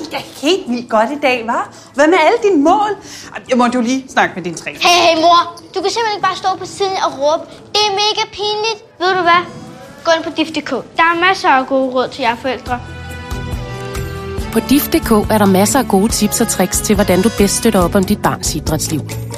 da helt vildt godt i dag, hva'? Hvad med alle dine mål? Jeg måtte jo lige snakke med din træner. Hey, mor. Du kan simpelthen ikke bare stå på siden og råbe. Det er mega pinligt. Ved du hvad? Gå ind på DIF.dk. Der er masser af gode råd til jer forældre. På DIF.dk er der masser af gode tips og tricks til, hvordan du bedst støtter op om dit barns idrætsliv.